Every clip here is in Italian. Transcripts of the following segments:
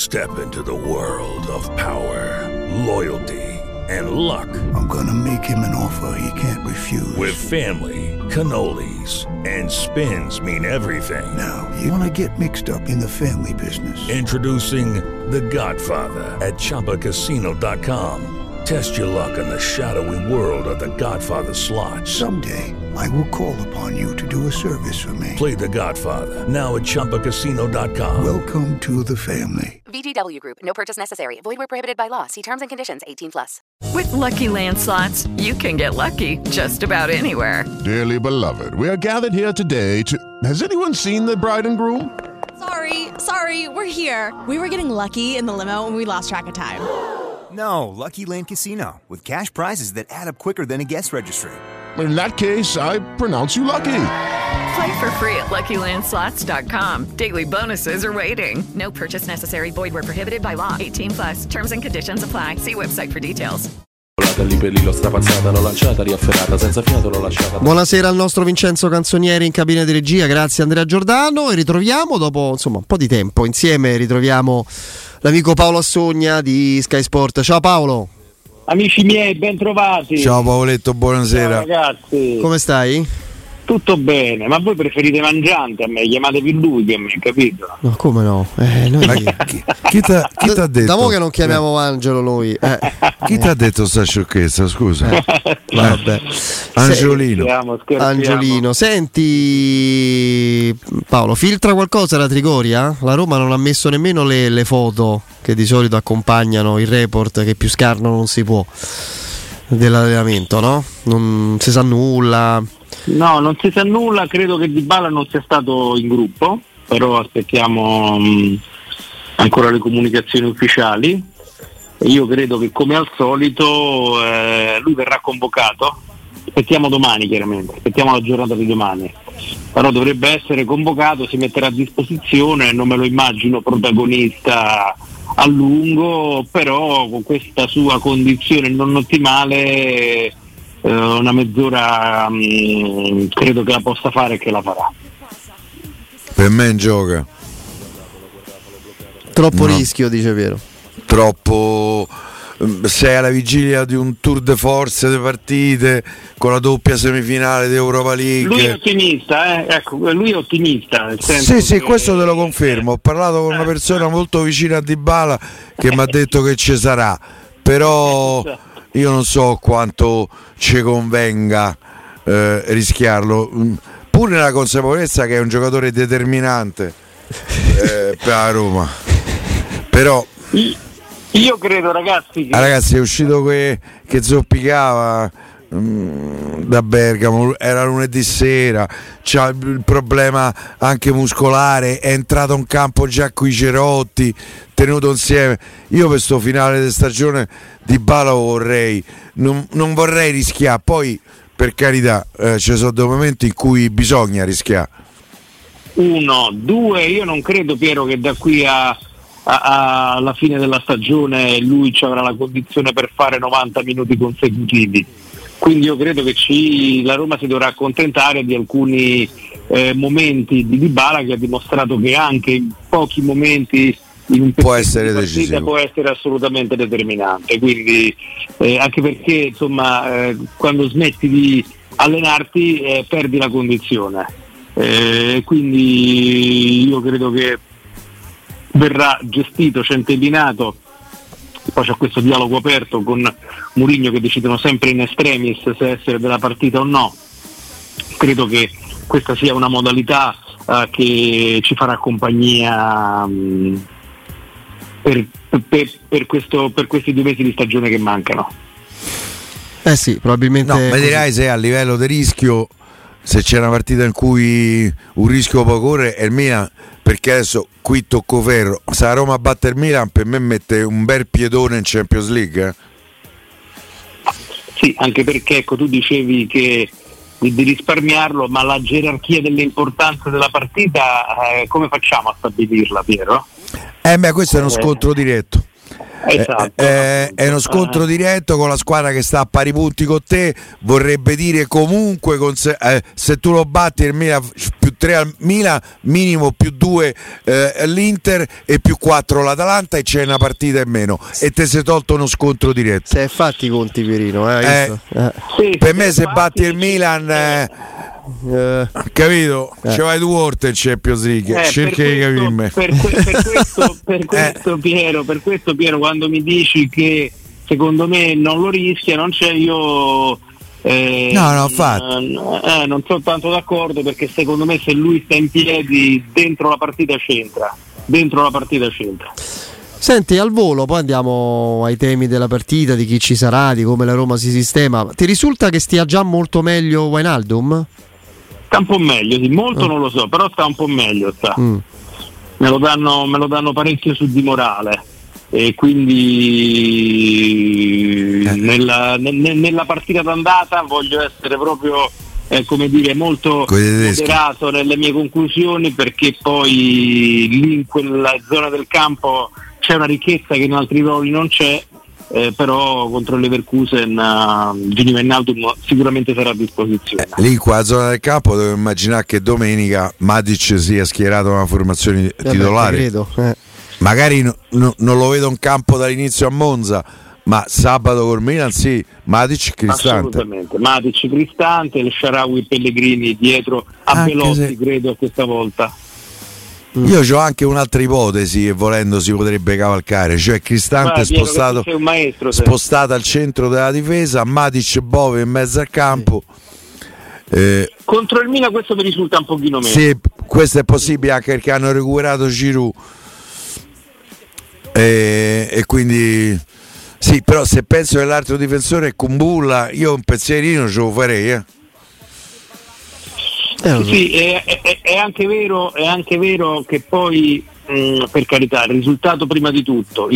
Step into the world of power, loyalty, and luck. I'm gonna make him an offer he can't refuse. With family, cannolis, and spins mean everything. Now, you wanna get mixed up in the family business. Introducing The Godfather at ChumbaCasino.com. Test your luck in the shadowy world of The Godfather slot. Someday, I will call upon you to do a service for me. Play The Godfather now at ChumbaCasino.com. Welcome to the family. VGW Group. No purchase necessary. Void where prohibited by law. See terms and conditions. 18+. With Lucky Land Slots, you can get lucky just about anywhere. Dearly beloved, we are gathered here today to... Has anyone seen the bride and groom? Sorry, we're here. We were getting lucky in the limo and we lost track of time. No, Lucky Land Casino, with cash prizes that add up quicker than a guest registry. In that case, I pronounce you lucky. Play for free at LuckyLandSlots.com. Daily bonuses are waiting. No purchase necessary. Void where prohibited by law. 18+. Terms and conditions apply. See website for details. Lì per lì l'ho strapazzata, l'ho lanciata, riafferrata, senza fiato l'ho lasciata. Buonasera al nostro Vincenzo Canzonieri in cabina di regia, grazie Andrea Giordano, e ritroviamo dopo un po' di tempo insieme, ritroviamo l'amico Paolo Assogna di Sky Sport. Ciao Paolo. Amici miei, ben trovati. Ciao Paoletto, buonasera. Ciao ragazzi. Come stai? Tutto bene, ma voi preferite Mangiante a me, chiamatevi lui che a me, capito? No, come no? Chi t'ha detto? Da mo' che non chiamiamo Angelo noi. Chi t'ha detto sta sciocchezza, scusa? Vabbè. Angiolino. Scherziamo. Angiolino, senti Paolo, filtra qualcosa da Trigoria? La Roma non ha messo nemmeno le foto che di solito accompagnano il report, che più scarno non si può, dell'allenamento, no? Non si sa nulla. No, non si sa nulla, credo che Dybala non sia stato in gruppo, però aspettiamo ancora le comunicazioni ufficiali. Io credo che come al solito lui verrà convocato, aspettiamo domani chiaramente, aspettiamo la giornata di domani, però dovrebbe essere convocato, si metterà a disposizione, non me lo immagino protagonista a lungo, però con questa sua condizione non ottimale una mezz'ora credo che la possa fare e che la farà. Per me gioca. Troppo rischio, dice Piero. Troppo. Sei alla vigilia di un tour de force di partite con la doppia semifinale di Europa League. Lui è ottimista, ecco, lui è ottimista. Nel Sì, senso questo te lo confermo. Ho parlato con una persona molto vicina a Dybala che mi ha detto che ci sarà, però io non so quanto ci convenga rischiarlo, pur nella consapevolezza che è un giocatore determinante per la Roma. Però io credo, ragazzi, è uscito che zoppicava da Bergamo, era lunedì sera, c'ha il problema anche muscolare, è entrato in campo già coi cerotti, tenuto insieme. Io per sto finale di stagione Dybala vorrei, non vorrei rischiare, poi per carità ci sono dei momenti in cui bisogna rischiare. 1, 2, io non credo, Piero, che da qui alla fine della stagione lui ci avrà la condizione per fare 90 minuti consecutivi, quindi io credo che la Roma si dovrà accontentare di alcuni momenti di Dybala, che ha dimostrato che anche in pochi momenti in un può essere decisivo, può essere assolutamente determinante, quindi anche perché insomma quando smetti di allenarti perdi la condizione, quindi io credo che verrà gestito, centellinato. Poi c'è questo dialogo aperto con Mourinho che decidono sempre in extremis se essere della partita o no. Credo che questa sia una modalità che ci farà compagnia per questi 2 mesi di stagione che mancano. Sì, probabilmente. No, ma dirai se a livello di rischio, se c'è una partita in cui un rischio può correre è il Milan, perché adesso qui tocco ferro, se la Roma batte il Milan per me mette un bel piedone in Champions League. Sì, anche perché ecco, tu dicevi che di risparmiarlo, ma la gerarchia delle importanze della partita come facciamo a stabilirla, Piero? Questo è uno scontro diretto. Esatto. È uno scontro diretto con la squadra che sta a pari punti con te, vorrebbe dire comunque se tu lo batti il Milan più 3 al Milan, minimo più 2 l'Inter e più 4 l'Atalanta, e c'è una partita in meno e te sei tolto uno scontro diretto. Se fatti i conti, Pierino, Sì, per me se batti il Milan capito? Ci vai 2 volte in Champions League, cerca di capirmi. Per questo Piero, quando mi dici che secondo me non lo rischia, non c'è, io infatti non sono tanto d'accordo, perché secondo me se lui sta in piedi dentro la partita c'entra. Senti, al volo, poi andiamo ai temi della partita, di chi ci sarà, di come la Roma si sistema. Ti risulta che stia già molto meglio Wijnaldum? Sta un po' meglio, sì, molto non lo so, però sta un po' meglio, sta. Me lo danno parecchio su di morale, e quindi nella partita d'andata voglio essere proprio molto moderato nelle mie conclusioni, perché poi lì in quella zona del campo c'è una ricchezza che in altri ruoli non c'è. Però contro il Leverkusen Gini Wijnaldum sicuramente sarà a disposizione. Lì in quella zona del campo devo immaginare che domenica Matic sia schierato nella formazione titolare. Credo. Magari non lo vedo in campo dall'inizio a Monza, ma sabato col Milan sì, Matic Cristante. Assolutamente, Matic Cristante, il Shaarawy Pellegrini dietro a Belotti, credo questa volta. Io ho anche un'altra ipotesi che volendo si potrebbe cavalcare, cioè Cristante spostato al centro della difesa, Matic Bove in mezzo al campo. Contro il Milan questo mi risulta un pochino meno. Sì, questo è possibile anche perché hanno recuperato Giroud e quindi sì, però se penso che l'altro difensore è Kumbulla, io un pensierino ce lo farei. Sì, è anche vero che poi per carità il risultato prima di tutto,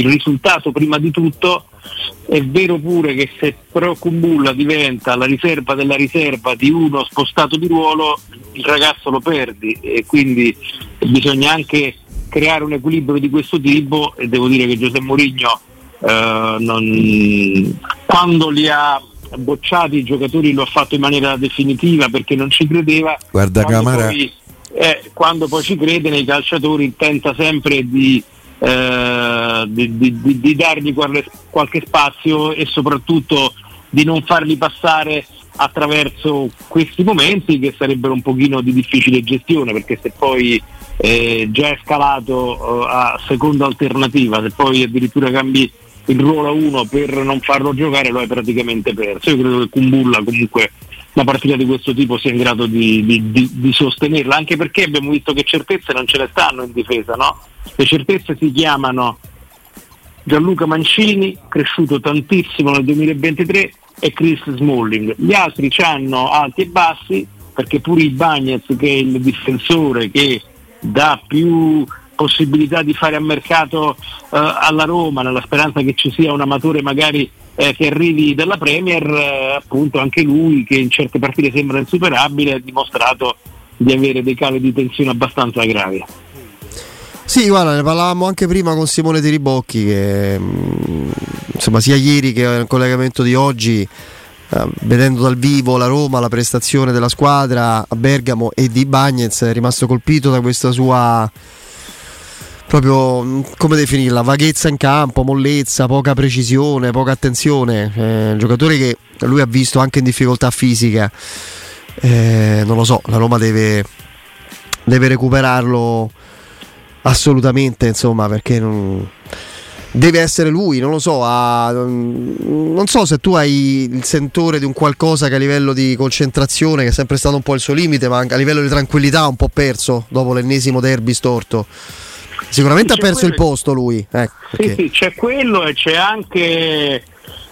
è vero pure che se però Kumbulla diventa la riserva della riserva di uno spostato di ruolo, il ragazzo lo perdi, e quindi bisogna anche creare un equilibrio di questo tipo, e devo dire che José Mourinho quando li ha bocciati i giocatori lo ha fatto in maniera definitiva, perché non ci credeva. Guarda Camara, quando poi ci crede nei calciatori tenta sempre di dargli qualche spazio, e soprattutto di non farli passare attraverso questi momenti che sarebbero un pochino di difficile gestione, perché se poi già è scalato a seconda alternativa, se poi addirittura cambi il ruolo a uno per non farlo giocare, lo hai praticamente perso. Io credo che Kumbulla comunque una partita di questo tipo sia in grado di sostenerla, anche perché abbiamo visto che certezze non ce ne stanno in difesa, no? Le certezze si chiamano Gianluca Mancini, cresciuto tantissimo nel 2023, e Chris Smalling. Gli altri c'hanno alti e bassi, perché pure Ibañez, che è il difensore che dà più possibilità di fare a mercato alla Roma, nella speranza che ci sia un amatore magari che arrivi dalla Premier, appunto anche lui, che in certe partite sembra insuperabile, ha dimostrato di avere dei cali di tensione abbastanza gravi. Sì, guarda, ne parlavamo anche prima con Simone Tiribocchi, che insomma sia ieri che nel collegamento di oggi, vedendo dal vivo la Roma, la prestazione della squadra a Bergamo e di Ibañez, è rimasto colpito da questa sua, proprio, come definirla, vaghezza in campo, mollezza, poca precisione, poca attenzione. Un giocatore che lui ha visto anche in difficoltà fisica. Non lo so, la Roma deve recuperarlo assolutamente, insomma, perché deve essere lui, non lo so. Non so se tu hai il sentore di un qualcosa che a livello di concentrazione, che è sempre stato un po' il suo limite, ma anche a livello di tranquillità un po' perso dopo l'ennesimo derby storto. Sicuramente ha perso il posto lui. Sì, c'è quello, e c'è anche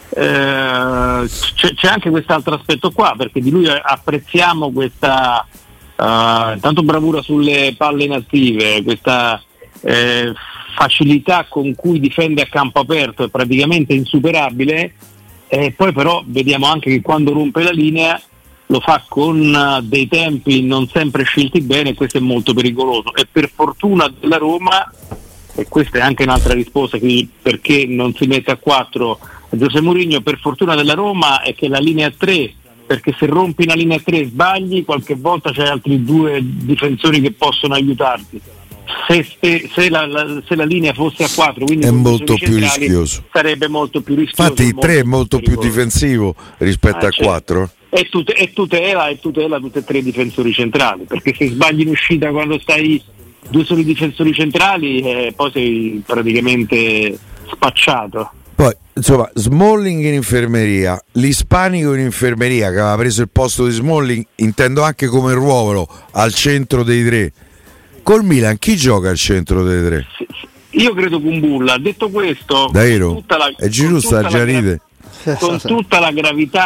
quest'altro aspetto qua, perché di lui apprezziamo questa tanto bravura sulle palle inattive, questa facilità con cui difende a campo aperto, è praticamente insuperabile, e poi però vediamo anche che quando rompe la linea lo fa con dei tempi non sempre scelti bene, e questo è molto pericoloso. E per fortuna della Roma e questa è anche un'altra risposta perché non si mette a 4 José Mourinho, per fortuna della Roma, è che la linea 3, perché se rompi una linea 3 sbagli, qualche volta c'hai altri 2 difensori che possono aiutarti. Se la linea fosse a 4, quindi è molto più rischioso, sarebbe molto più rischioso. Infatti il 3 è molto più difensivo rispetto a 4. E tutela tutti e 3 i difensori centrali, perché se sbagli in uscita quando stai 2 soli difensori centrali, poi sei praticamente spacciato. Poi insomma Smalling in infermeria, l'Ispanico in infermeria, che aveva preso il posto di Smalling, intendo anche come ruolo al centro dei 3. Col Milan chi gioca al centro dei 3? Io credo Kumbulla. Detto questo, e Giroud sta già ride. Con tutta la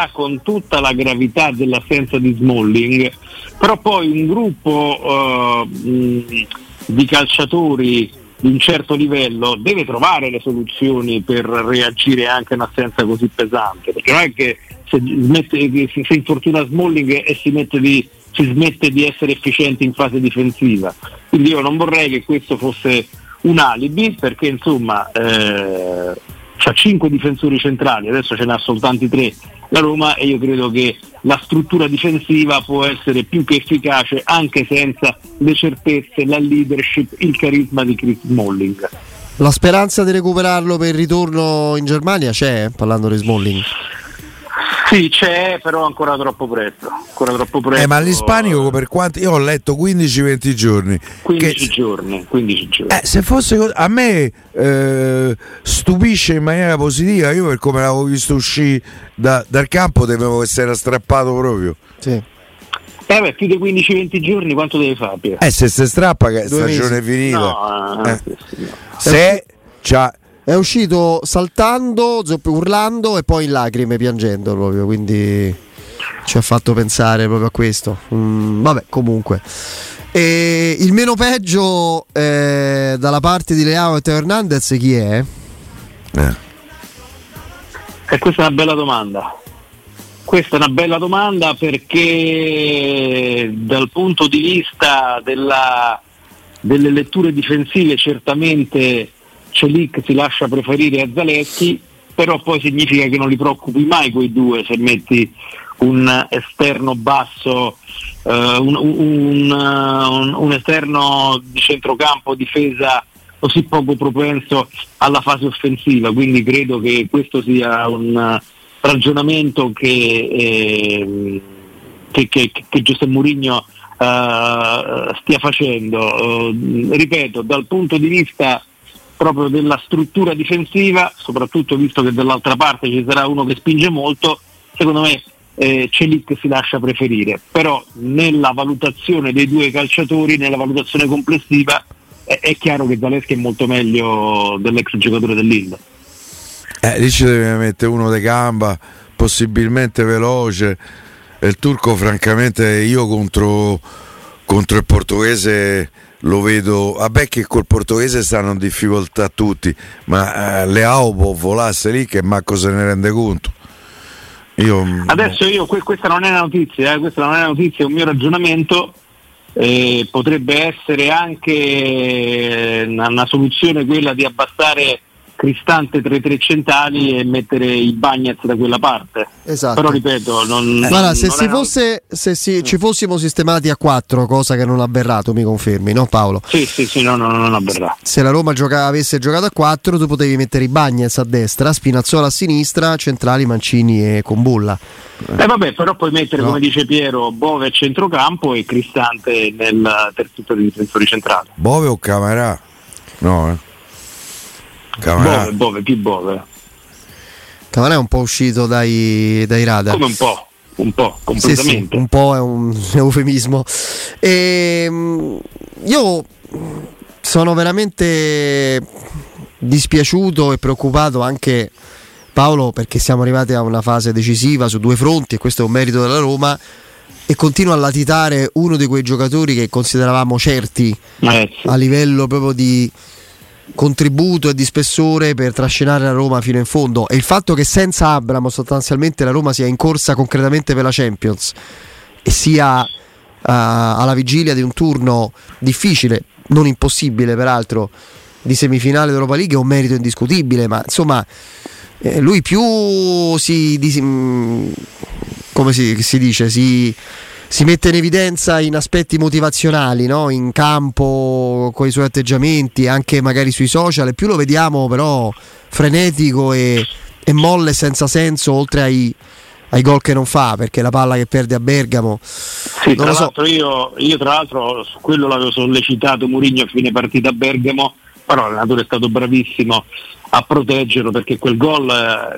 gravità dell'assenza di Smalling, però poi un gruppo di calciatori di un certo livello deve trovare le soluzioni per reagire anche a un'assenza così pesante, perché non è che se infortuna Smalling e si smette di essere efficienti in fase difensiva. Quindi io non vorrei che questo fosse un alibi, perché insomma c'ha 5 difensori centrali, adesso ce n'ha soltanto 3 la Roma, e io credo che la struttura difensiva può essere più che efficace anche senza le certezze, la leadership, il carisma di Chris Smalling. La speranza di recuperarlo per il ritorno in Germania c'è, parlando di Smalling? Sì, c'è, però ancora troppo presto. Ma l'Ispanico per quanto io ho letto 15-20 giorni. 15 giorni. Se fosse a me stupisce in maniera positiva. Io, per come l'avevo visto uscire dal campo, temevo che si era strappato proprio. Sì. Più di 15-20 giorni quanto deve fare? Se si strappa che stagione è finita. Se c'ha. È uscito saltando, urlando e poi in lacrime, piangendo proprio, quindi ci ha fatto pensare proprio a questo. Vabbè, comunque. E il meno peggio dalla parte di Leao e Teo Hernandez chi è? Questa è una bella domanda. Questa è una bella domanda perché dal punto di vista delle letture difensive certamente Celik si lascia preferire a Zalewski, però poi significa che non li preoccupi mai quei due se metti un esterno basso, un esterno di centrocampo, difesa così poco propenso alla fase offensiva. Quindi credo che questo sia un ragionamento che José Mourinho stia facendo. Ripeto, dal punto di vista proprio della struttura difensiva, soprattutto visto che dall'altra parte ci sarà uno che spinge molto, secondo me Celik si lascia preferire, però nella valutazione dei due calciatori, nella valutazione complessiva, è chiaro che Zalewski è molto meglio dell'ex giocatore dell'Inter. Lì ci deve mettere uno di gamba, possibilmente veloce, e il turco francamente io contro il portoghese lo vedo, vabbè che col portoghese stanno in difficoltà tutti, ma Leao può volarsi lì che manco se ne rende conto. Adesso questa non è una notizia, questa non è una notizia, è un mio ragionamento. Potrebbe essere anche una soluzione quella di abbassare Cristante tra i 3 centrali e mettere i Bagnez da quella parte. Esatto. Però ripeto, ci fossimo sistemati a 4, cosa che non ha avverrato, mi confermi, no Paolo? Sì, non avverrà. Se la Roma avesse giocato a 4, tu potevi mettere i Bagnez a destra, Spinazzola a sinistra, centrali Mancini e Kumbulla. Vabbè, però puoi mettere, come dice Piero, Bove a centrocampo e Cristante nel terzino dei difensori centrali. Bove o Camarà? No, Bove, più Bove. Camarà è un po' uscito dai radar. Come un po', completamente. Sì, un po' è un eufemismo. Io sono veramente dispiaciuto e preoccupato anche, Paolo, perché siamo arrivati a una fase decisiva su 2 fronti e questo è un merito della Roma, e continua a latitare uno di quei giocatori che consideravamo certi a livello proprio di contributo e di spessore per trascinare la Roma fino in fondo, e il fatto che senza Abramo sostanzialmente la Roma sia in corsa concretamente per la Champions e sia alla vigilia di un turno difficile, non impossibile peraltro, di semifinale d'Europa League è un merito indiscutibile, ma insomma lui più come si dice, si mette in evidenza in aspetti motivazionali, no? In campo, con i suoi atteggiamenti, anche magari sui social, e più lo vediamo però frenetico e molle senza senso, oltre ai gol che non fa, perché la palla che perde a Bergamo. Sì, non tra lo so. l'altro io tra l'altro su quello l'avevo sollecitato Mourinho a fine partita a Bergamo, però l'allenatore è stato bravissimo a proteggerlo, perché quel gol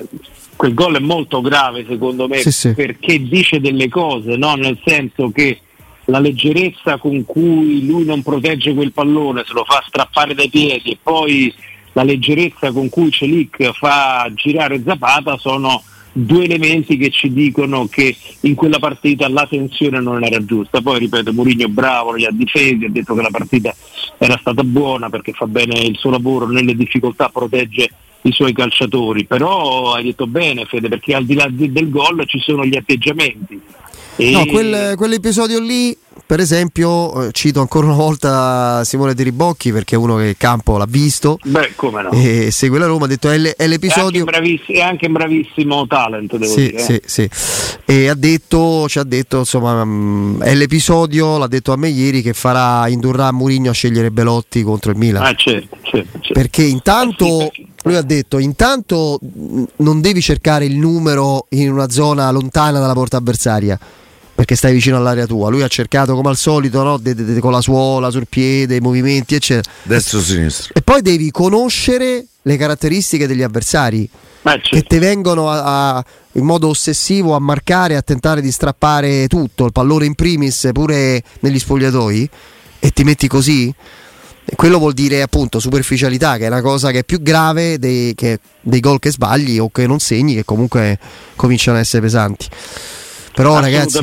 è molto grave secondo me, sì. perché dice delle cose, no? Nel senso che la leggerezza con cui lui non protegge quel pallone, se lo fa strappare dai piedi, e poi la leggerezza con cui Celik fa girare Zapata sono due elementi che ci dicono che in quella partita la tensione non era giusta. Poi ripeto, Mourinho bravo, li ha difesi, ha detto che la partita era stata buona perché fa bene il suo lavoro, nelle difficoltà protegge i suoi calciatori, però hai detto bene Fede, perché al di là del gol ci sono gli atteggiamenti. No, quell'episodio lì, per esempio, cito ancora una volta Simone De Ribocchi, perché è uno che il campo l'ha visto. Beh, come no? E segue la Roma, ha detto è l'episodio. È anche un bravissimo talent, devo dire. Sì. E ci ha detto, insomma, è l'episodio, l'ha detto a me ieri, che indurrà Mourinho a scegliere Belotti contro il Milan. Certo. Perché intanto lui ha detto, intanto non devi cercare il numero in una zona lontana dalla porta avversaria, perché stai vicino all'area tua. Lui ha cercato come al solito, no? Con la suola sul piede, i movimenti eccetera, destro-sinistro. E poi devi conoscere le caratteristiche degli avversari, che ti vengono in modo ossessivo a marcare, a tentare di strappare tutto, il pallone in primis, pure negli spogliatoi, e ti metti così. E quello vuol dire appunto superficialità, che è una cosa che è più grave dei gol che sbagli o che non segni, che comunque cominciano a essere pesanti. Però ragazzi,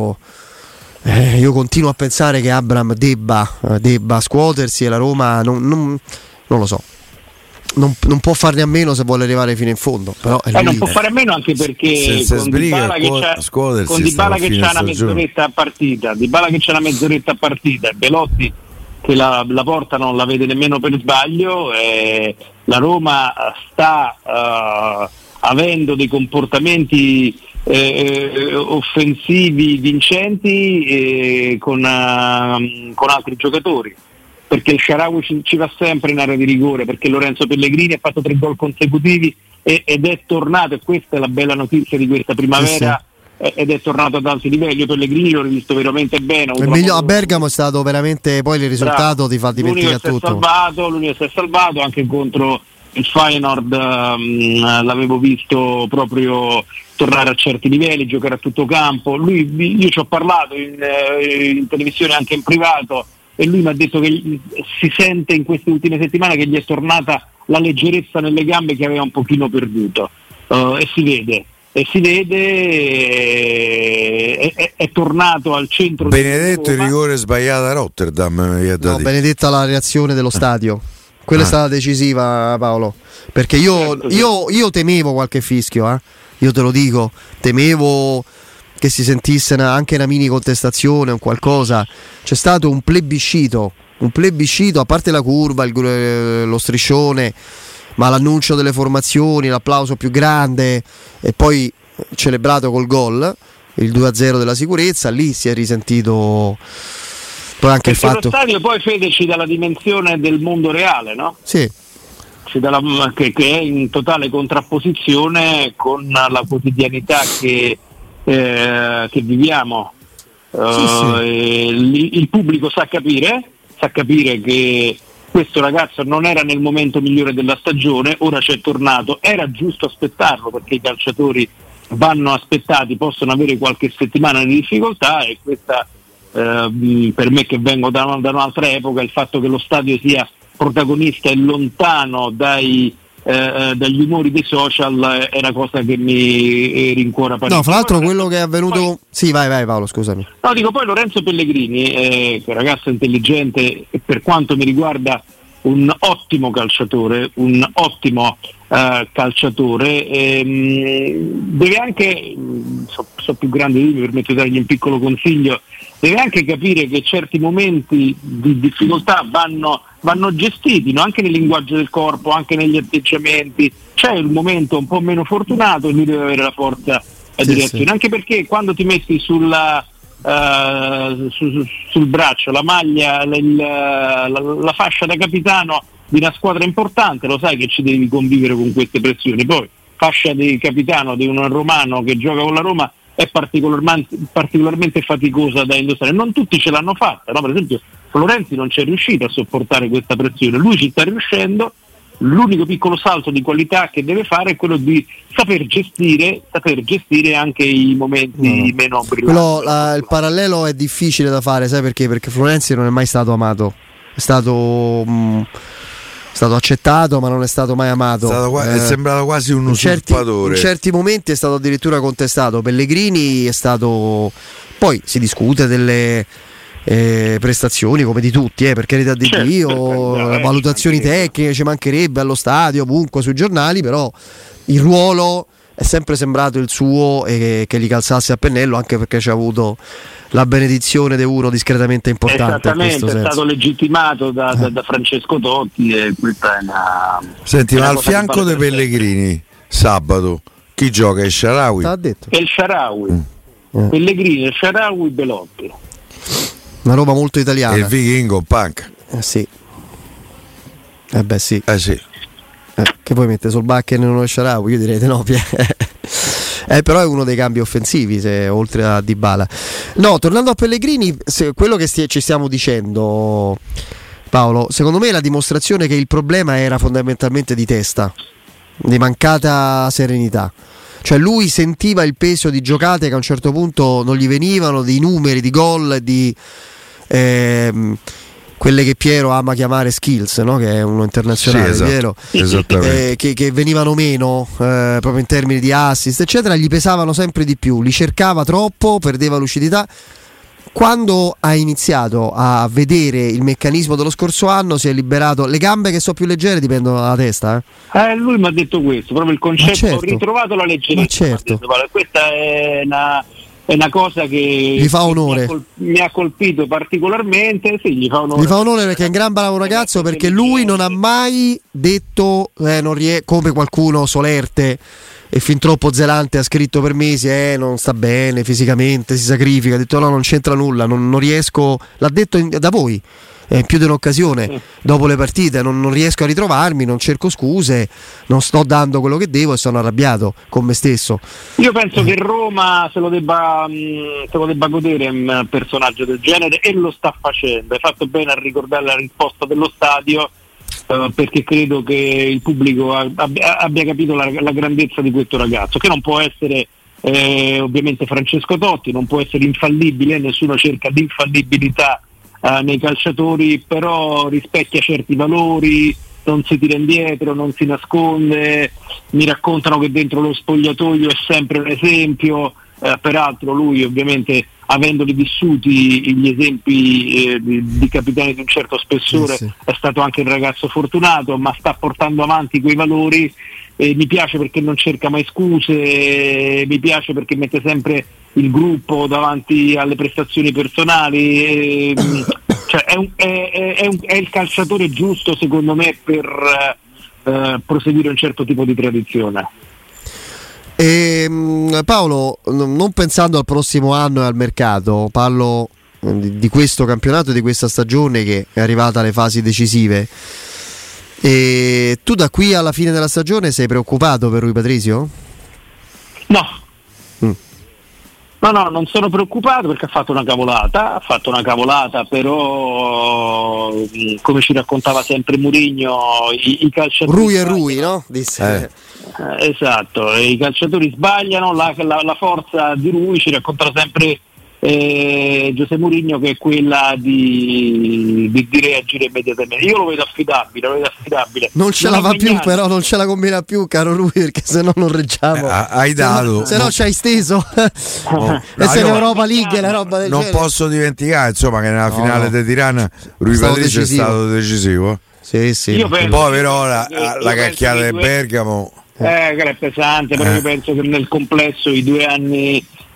io continuo a pensare che Abraham debba scuotersi, e la Roma non lo so, non può farne a meno se vuole arrivare fino in fondo. Però non può fare a meno, anche perché con Dybala che c'ha una mezz'oretta a partita, e Belotti che la porta non la vede nemmeno per sbaglio, la Roma sta avendo dei comportamenti offensivi vincenti con altri giocatori, perché il Shaarawy ci va sempre in area di rigore, perché Lorenzo Pellegrini ha fatto 3 gol consecutivi ed è tornato, e questa è la bella notizia di questa primavera. Sì. Ed è tornato ad alti livelli. Pellegrini l'ho rivisto veramente bene. A Bergamo è stato veramente, poi il risultato ti fa dimenticare tutto. L'unico si è salvato, anche contro il Feyenoord l'avevo visto proprio tornare a certi livelli, giocare a tutto campo. Io ci ho parlato in televisione, anche in privato, e lui mi ha detto che si sente in queste ultime settimane che gli è tornata la leggerezza nelle gambe che aveva un pochino perduto, e si vede, è tornato al centro. Benedetto il rigore sbagliato a Rotterdam. Benedetta la reazione dello stadio, quella è stata decisiva, Paolo, perché io temevo qualche fischio, io te lo dico, temevo che si sentisse anche una mini contestazione o qualcosa. C'è stato un plebiscito, a parte la curva, lo striscione, ma l'annuncio delle formazioni, l'applauso più grande, e poi celebrato col gol, il 2-0 della sicurezza. Lì si è risentito poi anche perché il fatto lo stadio poi, Fede, ci dà la dimensione del mondo reale, no? Sì. Che è in totale contrapposizione con la quotidianità che viviamo. Il pubblico sa capire che questo ragazzo non era nel momento migliore della stagione, ora c'è tornato, era giusto aspettarlo, perché i calciatori vanno aspettati, possono avere qualche settimana di difficoltà, e questa per me, che vengo da un'altra epoca, il fatto che lo stadio sia protagonista e lontano dagli umori dei social è una cosa che mi rincuora parecchio. No, fra l'altro quello che è avvenuto. Sì, vai Paolo, scusami. No, dico, poi Lorenzo Pellegrini, che è un ragazzo intelligente e per quanto mi riguarda un ottimo calciatore, deve anche, so più grande di lui, mi permetto di dargli un piccolo consiglio, deve anche capire che certi momenti di difficoltà vanno gestiti, no? Anche nel linguaggio del corpo, anche negli atteggiamenti. C'è il momento un po' meno fortunato e lui deve avere la forza di reazione, anche perché quando ti metti sul braccio la maglia, la fascia da capitano di una squadra importante, lo sai che ci devi convivere con queste pressioni. Poi fascia di capitano di un romano che gioca con la Roma è particolarmente faticosa da indossare. Non tutti ce l'hanno fatta, no? Per esempio Florenzi non c'è riuscito a sopportare questa pressione, lui ci sta riuscendo. L'unico piccolo salto di qualità che deve fare è quello di saper gestire anche i momenti meno brillanti. Il parallelo è difficile da fare, sai perché? Perché Florenzi non è mai stato amato, è stato accettato ma non è stato mai amato, è sembrato quasi un usurpatore. In certi momenti è stato addirittura contestato. Pellegrini è stato, poi si discute delle prestazioni come di tutti, per carità di Dio, valutazioni tecniche ci mancherebbe, allo stadio, ovunque sui giornali, però il ruolo è sempre sembrato il suo e che gli calzasse a pennello, anche perché c'ha avuto la benedizione di uno discretamente importante. Esattamente, è stato legittimato da Francesco Totti e questa è una... Senti, ma al fianco dei Pellegrini sabato chi gioca? Il Shaarawy? È il Shaarawy. Pellegrini, il Shaarawy, Belotti. Una Roma molto italiana. E il vichingo Panca. Sì. Sì. Sì. Che poi mette Solbakken e non lo Shaarawy, io direi di no. Però è uno dei cambi offensivi, oltre a Dybala. No, tornando a Pellegrini, quello che ci stiamo dicendo, Paolo, secondo me è la dimostrazione che il problema era fondamentalmente di testa, di mancata serenità. Cioè lui sentiva il peso di giocate che a un certo punto non gli venivano, di numeri, di gol, di quelle che Piero ama chiamare skills, no? Che è uno internazionale, sì, Piero, esattamente. Che venivano meno proprio in termini di assist eccetera, gli pesavano sempre di più, li cercava troppo, perdeva lucidità. Quando ha iniziato a vedere il meccanismo dello scorso anno si è liberato. Le gambe che sono più leggere dipendono dalla testa, lui mi ha detto questo, proprio il concetto, ho ritrovato la leggerezza. Questa è una cosa che gli fa onore, mi ha colpito particolarmente. Sì, gli fa onore perché è un gran bravo ragazzo, perché lui non ha mai detto come qualcuno solerte e fin troppo zelante ha scritto per mesi non sta bene fisicamente, si sacrifica, ha detto no, non c'entra nulla, non riesco, l'ha detto da voi più di un'occasione dopo le partite, non riesco a ritrovarmi, non cerco scuse, non sto dando quello che devo e sono arrabbiato con me stesso. Io penso che Roma se lo debba godere un personaggio del genere, e lo sta facendo. Hai fatto bene a ricordare la risposta dello stadio, perché credo che il pubblico abbia capito la grandezza di questo ragazzo, che non può essere ovviamente Francesco Totti, non può essere infallibile, nessuno cerca l'infallibilità nei calciatori, però rispecchia certi valori, non si tira indietro, non si nasconde. Mi raccontano che dentro lo spogliatoio è sempre un esempio, peraltro lui ovviamente, avendoli vissuti gli esempi di capitani di un certo spessore, è stato anche un ragazzo fortunato, ma sta portando avanti quei valori. Mi piace perché non cerca mai scuse, mi piace perché mette sempre il gruppo davanti alle prestazioni personali, cioè è il calciatore giusto secondo me per proseguire un certo tipo di tradizione. Paolo, non pensando al prossimo anno e al mercato, parlo di questo campionato e di questa stagione che è arrivata alle fasi decisive. E tu da qui alla fine della stagione sei preoccupato per Rui Patrizio? No, non sono preoccupato perché ha fatto una cavolata, però come ci raccontava sempre Mourinho, i calciatori Rui e Rui, no? Disse. Esatto, i calciatori sbagliano, la forza di Rui, ci raccontava sempre José Mourinho, che è quella di reagire immediatamente. Io lo vedo affidabile. Non ce la fa più, però non ce la combina più, caro Rui, perché se no non reggiamo. Hai dato. Se no ci hai steso. E se l'Europa League e la roba del non genere. Posso dimenticare, insomma, che nella finale di Tirana Rui Patrizio è stato decisivo. Sì. Poi però la cacchiata del Bergamo che è pesante, però io penso che nel complesso i 2 anni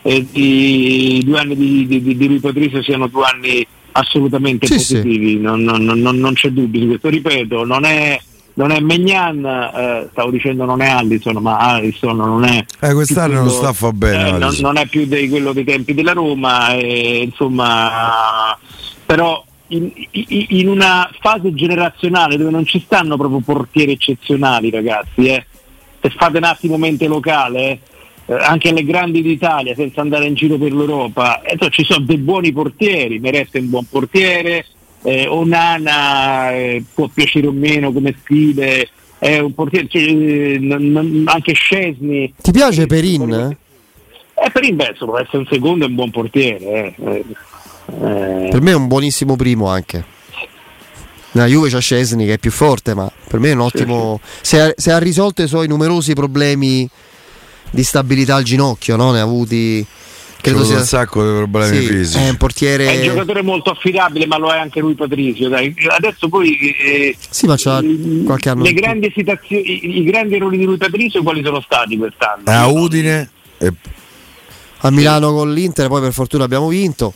i 2 anni di Rui Patricio siano 2 anni assolutamente positivi. Sì. Non c'è dubbio di questo, ripeto, non è Maignan, stavo dicendo non è Alisson, ma Alisson non è quest'anno non sta a fa bene, non è più quello dei tempi della Roma, insomma, però in una fase generazionale dove non ci stanno proprio portieri eccezionali, ragazzi, se fate un attimo mente locale, anche alle grandi d'Italia, senza andare in giro per l'Europa, ci sono dei buoni portieri. Meret è un buon portiere, Onana può piacere o meno come stile, è un portiere, anche Szczesny. Ti piace Perin? Perin può essere un secondo e un buon portiere. Per me è un buonissimo primo anche. La Juve c'ha Szczesny che è più forte, ma per me è un ottimo. Se ha risolto i suoi numerosi problemi di stabilità al ginocchio, no? Ne ha avuti. Credo sia un sacco di problemi fisici. È un portiere. È un giocatore molto affidabile, ma lo è anche Rui Patricio. Dai. Adesso poi ma c'ha qualche anno. Le grandi esitazioni, i grandi errori di Rui Patricio quali sono stati quest'anno? A Udine a Milano con l'Inter, poi per fortuna abbiamo vinto.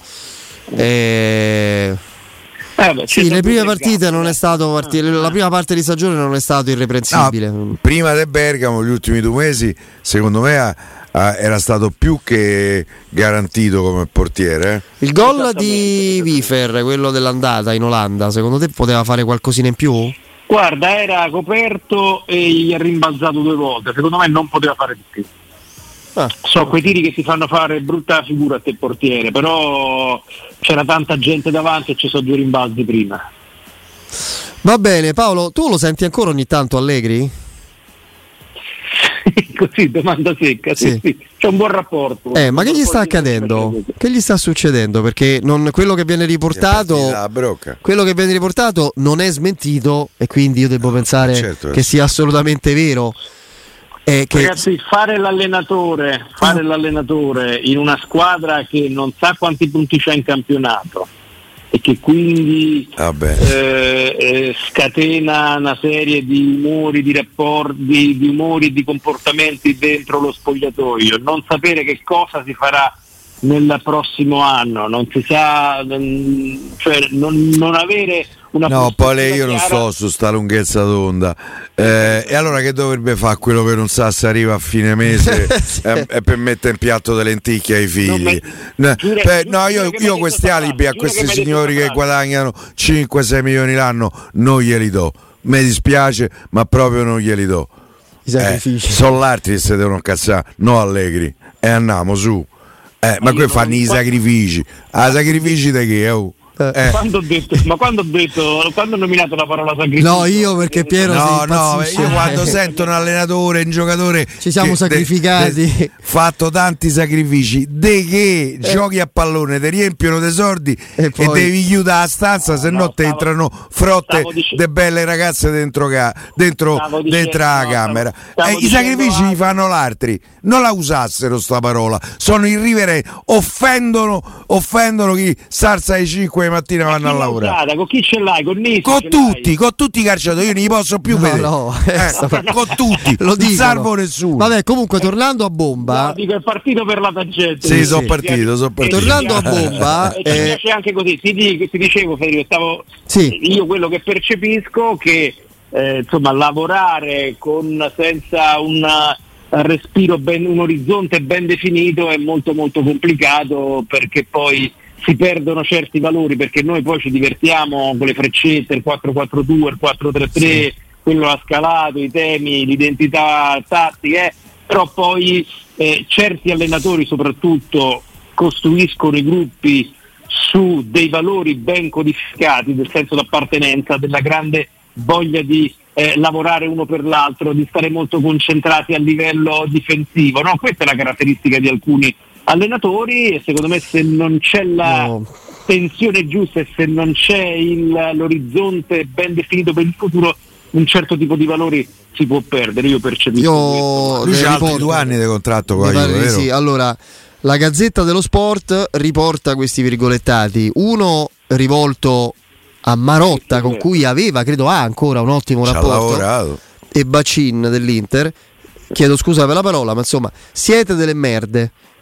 Le prime partite non è stato la prima parte di stagione non è stato irreprensibile. Prima del Bergamo, gli ultimi 2 mesi, secondo me era stato più che garantito come portiere. Il gol di Wiefer, quello dell'andata in Olanda, secondo te poteva fare qualcosina in più? Guarda, era coperto e gli è rimbalzato 2 volte. Secondo me non poteva fare di più. So quei tiri che ti fanno fare brutta figura a te portiere, però c'era tanta gente davanti e ci sono 2 rimbalzi prima. Va bene, Paolo, tu lo senti ancora ogni tanto Allegri? Così, domanda secca, sì. C'è un buon rapporto. Ma che gli sta accadendo? Che gli sta succedendo? Perché quello che viene riportato non è smentito, e quindi io devo pensare che sia assolutamente vero. Ragazzi, fare l'allenatore in una squadra che non sa quanti punti c'ha in campionato e che quindi scatena una serie di umori, di rapporti, di umori e di comportamenti dentro lo spogliatoio, non sapere che cosa si farà nel prossimo anno, non si sa, cioè non avere una poi io non sto su sta lunghezza d'onda, e allora che dovrebbe fare quello che non sa se arriva a fine mese e per mettere in piatto delle lenticchie ai figli? Io questi alibi a questi signori che guadagnano 5-6 milioni l'anno non glieli do, mi dispiace, ma proprio non glieli do. I sacrifici sono l'altri che si devono cazzare, no Allegri, e andiamo su. Ma qui fanno i sacrifici. Sacrifici di che? Quando ho nominato la parola sacrificio? No, io perché Piero io quando sento un allenatore, un giocatore ci siamo sacrificati, fatto tanti sacrifici, che giochi a pallone, ti riempiono dei soldi e devi chiudere la stanza, se no ti entrano frotte de belle ragazze dentro la camera. I sacrifici li fanno l'altri, non la usassero sta parola, sono irriverenti, offendono chi salza ai 5 mattina vanno a lavorare. Con chi ce l'hai? Con tutti i calciatori, io non li posso più vedere. Con tutti, lo non salvo nessuno. Vabbè, comunque tornando a bomba, dico è partito per la tangente. Sì, sono partito. Tornando a bomba, c'è anche così. Ti dicevo, Federico, io quello che percepisco che insomma lavorare senza un respiro un orizzonte ben definito è molto molto complicato, perché poi si perdono certi valori, perché noi poi ci divertiamo con le freccette, il 4-4-2, il 4-3-3, quello ha scalato, i temi, l'identità tattica, però poi certi allenatori soprattutto costruiscono i gruppi su dei valori ben codificati, del senso d'appartenenza, della grande voglia di lavorare uno per l'altro, di stare molto concentrati a livello difensivo, no? Questa è la caratteristica di alcuni allenatori, e secondo me se non c'è la tensione giusta e se non c'è l'orizzonte ben definito per il futuro, un certo tipo di valori si può perdere. Io percepisco lui c'ha altri 2 anni di contratto con la Juve, vero? Sì. Allora, la Gazzetta dello Sport riporta questi virgolettati, uno rivolto a Marotta, con cui credo ha ancora un ottimo rapporto, lavorato, e Bacin dell'Inter. Chiedo scusa per la parola, ma insomma, siete delle merde.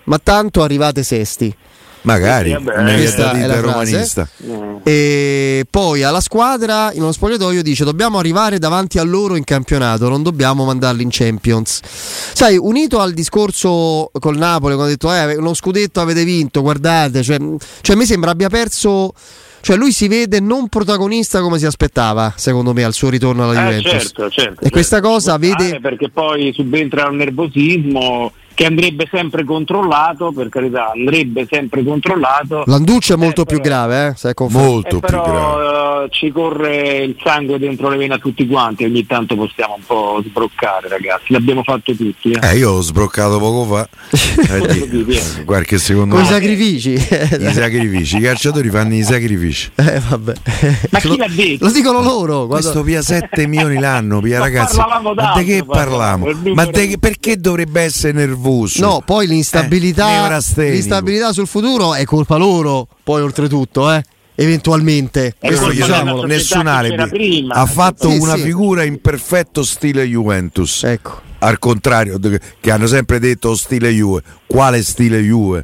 ma tanto arrivate sesti. Magari questa è la romanista. E poi alla squadra in uno spogliatoio dice: dobbiamo arrivare davanti a loro in campionato, non dobbiamo mandarli in Champions. Sai, unito al discorso col Napoli quando ha detto uno scudetto avete vinto, guardate, cioè mi sembra abbia perso. Cioè lui si vede non protagonista come si aspettava, secondo me, al suo ritorno alla Juventus. Certo, e questa cosa vede, perché poi subentra un nervosismo che andrebbe sempre controllato, per carità, andrebbe sempre controllato. Landucci è molto più grave, se è molto però, più grave. Ci corre il sangue dentro le vene a tutti quanti, ogni tanto possiamo un po' sbroccare, ragazzi, l'abbiamo fatto tutti. Io ho sbroccato poco fa. Qualche secondo. Con i sacrifici. I sacrifici, i calciatori fanno i sacrifici. Vabbè. Ma chi l'ha detto? Lo dicono loro. Questo via 7 milioni l'anno, via ragazzi. Ma di che parliamo? Perché dovrebbe essere nervoso? No, poi l'instabilità sul futuro è colpa loro, poi oltretutto, eventualmente. Nessun alibi. Ha fatto una figura in perfetto stile Juventus. Ecco. Al contrario, che hanno sempre detto stile Juve. Quale stile Juve?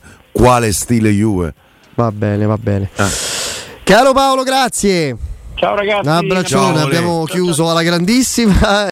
Va bene. Caro Paolo, grazie. Ciao ragazzi. Un abbraccione, abbiamo chiuso alla grandissima.